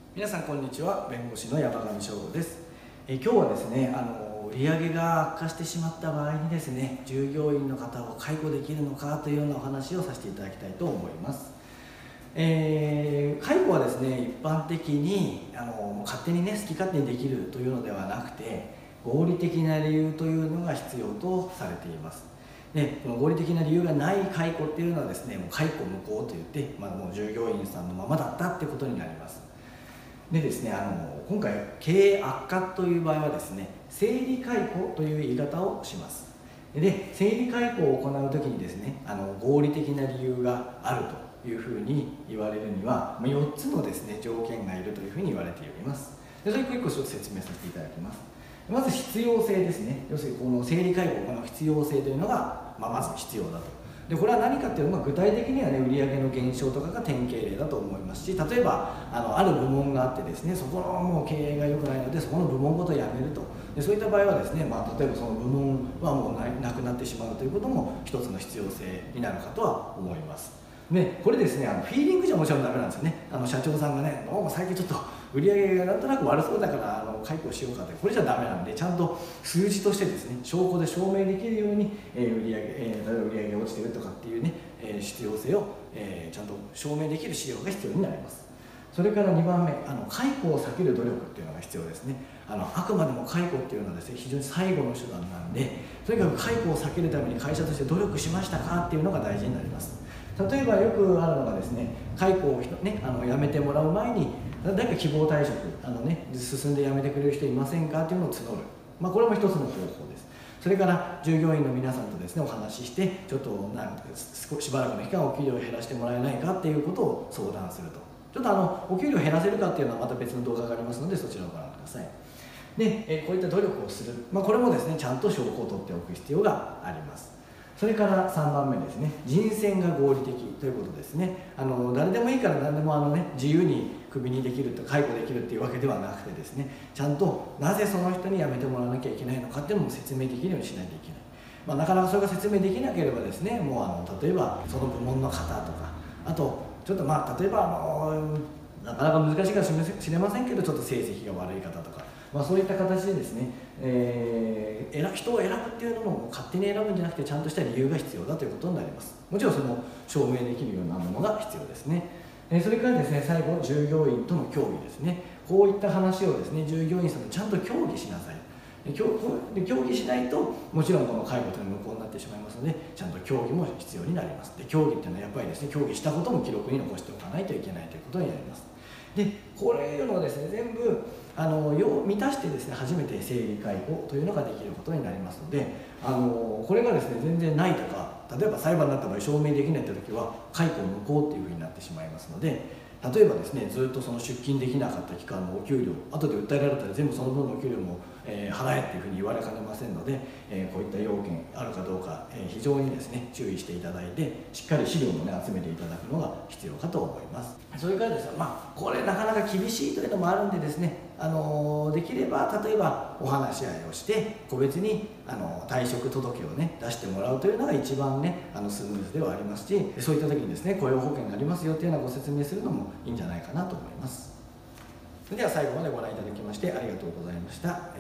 皆さんこんにちは。弁護士の山上翔吾です。今日はですね、売上が悪化してしまった場合にですね、従業員の方を解雇できるのかというようなお話をさせていただきたいと思います。解雇はですね、一般的に勝手にね好き勝手にできるというのではなくて、合理的な理由というのが必要とされています。で、この合理的な理由がない解雇っていうのはですね、もう解雇無効といって、もう従業員さんのままだったってことになります。でですね、今回経営悪化という場合はですね、整理解雇という言い方をします。で、整理解雇を行う時にですね、合理的な理由があるというふうに言われるには4つのですね条件がいるというふうに言われております。で、それ一個一個ちょっと説明させていただきます。まず必要性ですね。要するにこの整理解雇を行う必要性というのが、まず必要だと。で、これは何かっていうのは具体的にはね、売上の減少とかが典型例だと思いますし、例えばある部門があってですね、そこのもう経営が良くないのでそこの部門ごと辞めると。で、そういった場合はですね、例えばその部門はもうなくなってしまうということも一つの必要性になるかとは思います。で、これですね、フィーリングじゃもちろんダメなんですよね。社長さんがね、どうも最近ちょっと売上がなんとなく悪そうだから解雇しようかって、これじゃダメなんで、ちゃんと数字としてですね、証拠で証明できるように、例えば売上が落ちてるとかっていうね、必要性を、ちゃんと証明できる資料が必要になります。それから2番目、解雇を避ける努力っていうのが必要ですね。あくまでも解雇っていうのはですね、非常に最後の手段なんで、とにかく解雇を避けるために会社として努力しましたかっていうのが大事になります。例えばよくあるのがですね、解雇をね、辞めてもらう前に誰か希望退職進んで辞めてくれる人いませんかっていうのを募る、これも一つの方法です。それから従業員の皆さんとですねお話しして、ちょっとしばらくの期間お給料を減らしてもらえないかっていうことを相談すると。ちょっとお給料を減らせるかっていうのはまた別の動画がありますので、そちらをご覧ください。で、こういった努力をする、これもですねちゃんと証拠を取っておく必要があります。それから3番目ですね、人選が合理的ということですね。誰でもいいから何でも自由にクビにできると、解雇できるっていうわけではなくてですね、ちゃんとなぜその人に辞めてもらわなきゃいけないのかっていうのも説明できるようにしないといけない。なかなかそれが説明できなければですね、もう例えばその部門の方とか、あとちょっと例えばなかなか難しいかもしれませんけど、ちょっと成績が悪い方とか、そういった形でですね、人を選ぶっていうのも勝手に選ぶんじゃなくて、ちゃんとした理由が必要だということになります。もちろんその証明できるようなものが必要ですね。それからですね、最後従業員との協議ですね。こういった話をですね、従業員さんとちゃんと協議しなさい。協議しないと、もちろんこの解雇というのは無効になってしまいますので、ちゃんと協議も必要になります。で、協議っていうのはやっぱりですね、協議したことも記録に残しておかないといけないということになります。で、これいうのをですね、全部満たしてですね、初めて整理解雇というのができることになりますので、これがですね、全然ないとか、例えば裁判になった場合証明できないという時は、解雇無効っていうふうになってしまいますので、例えばですね、ずっとその出勤できなかった期間のお給料、後で訴えられたら全部その分のお給料も、払えっていうふうに言われかねませんので、こういった要件あるかどうか、非常にですね注意していただいて、しっかり資料もね集めていただくのが必要かと思います。それからですね、これなかなか厳しいというのもあるんでですね、できれば例えばお話し合いをして個別に退職届をね出してもらうというのが一番ねスムーズではありますし、そういった時にですね雇用保険がありますよというようなご説明するのもいいんじゃないかなと思います。それでは最後までご覧いただきましてありがとうございました。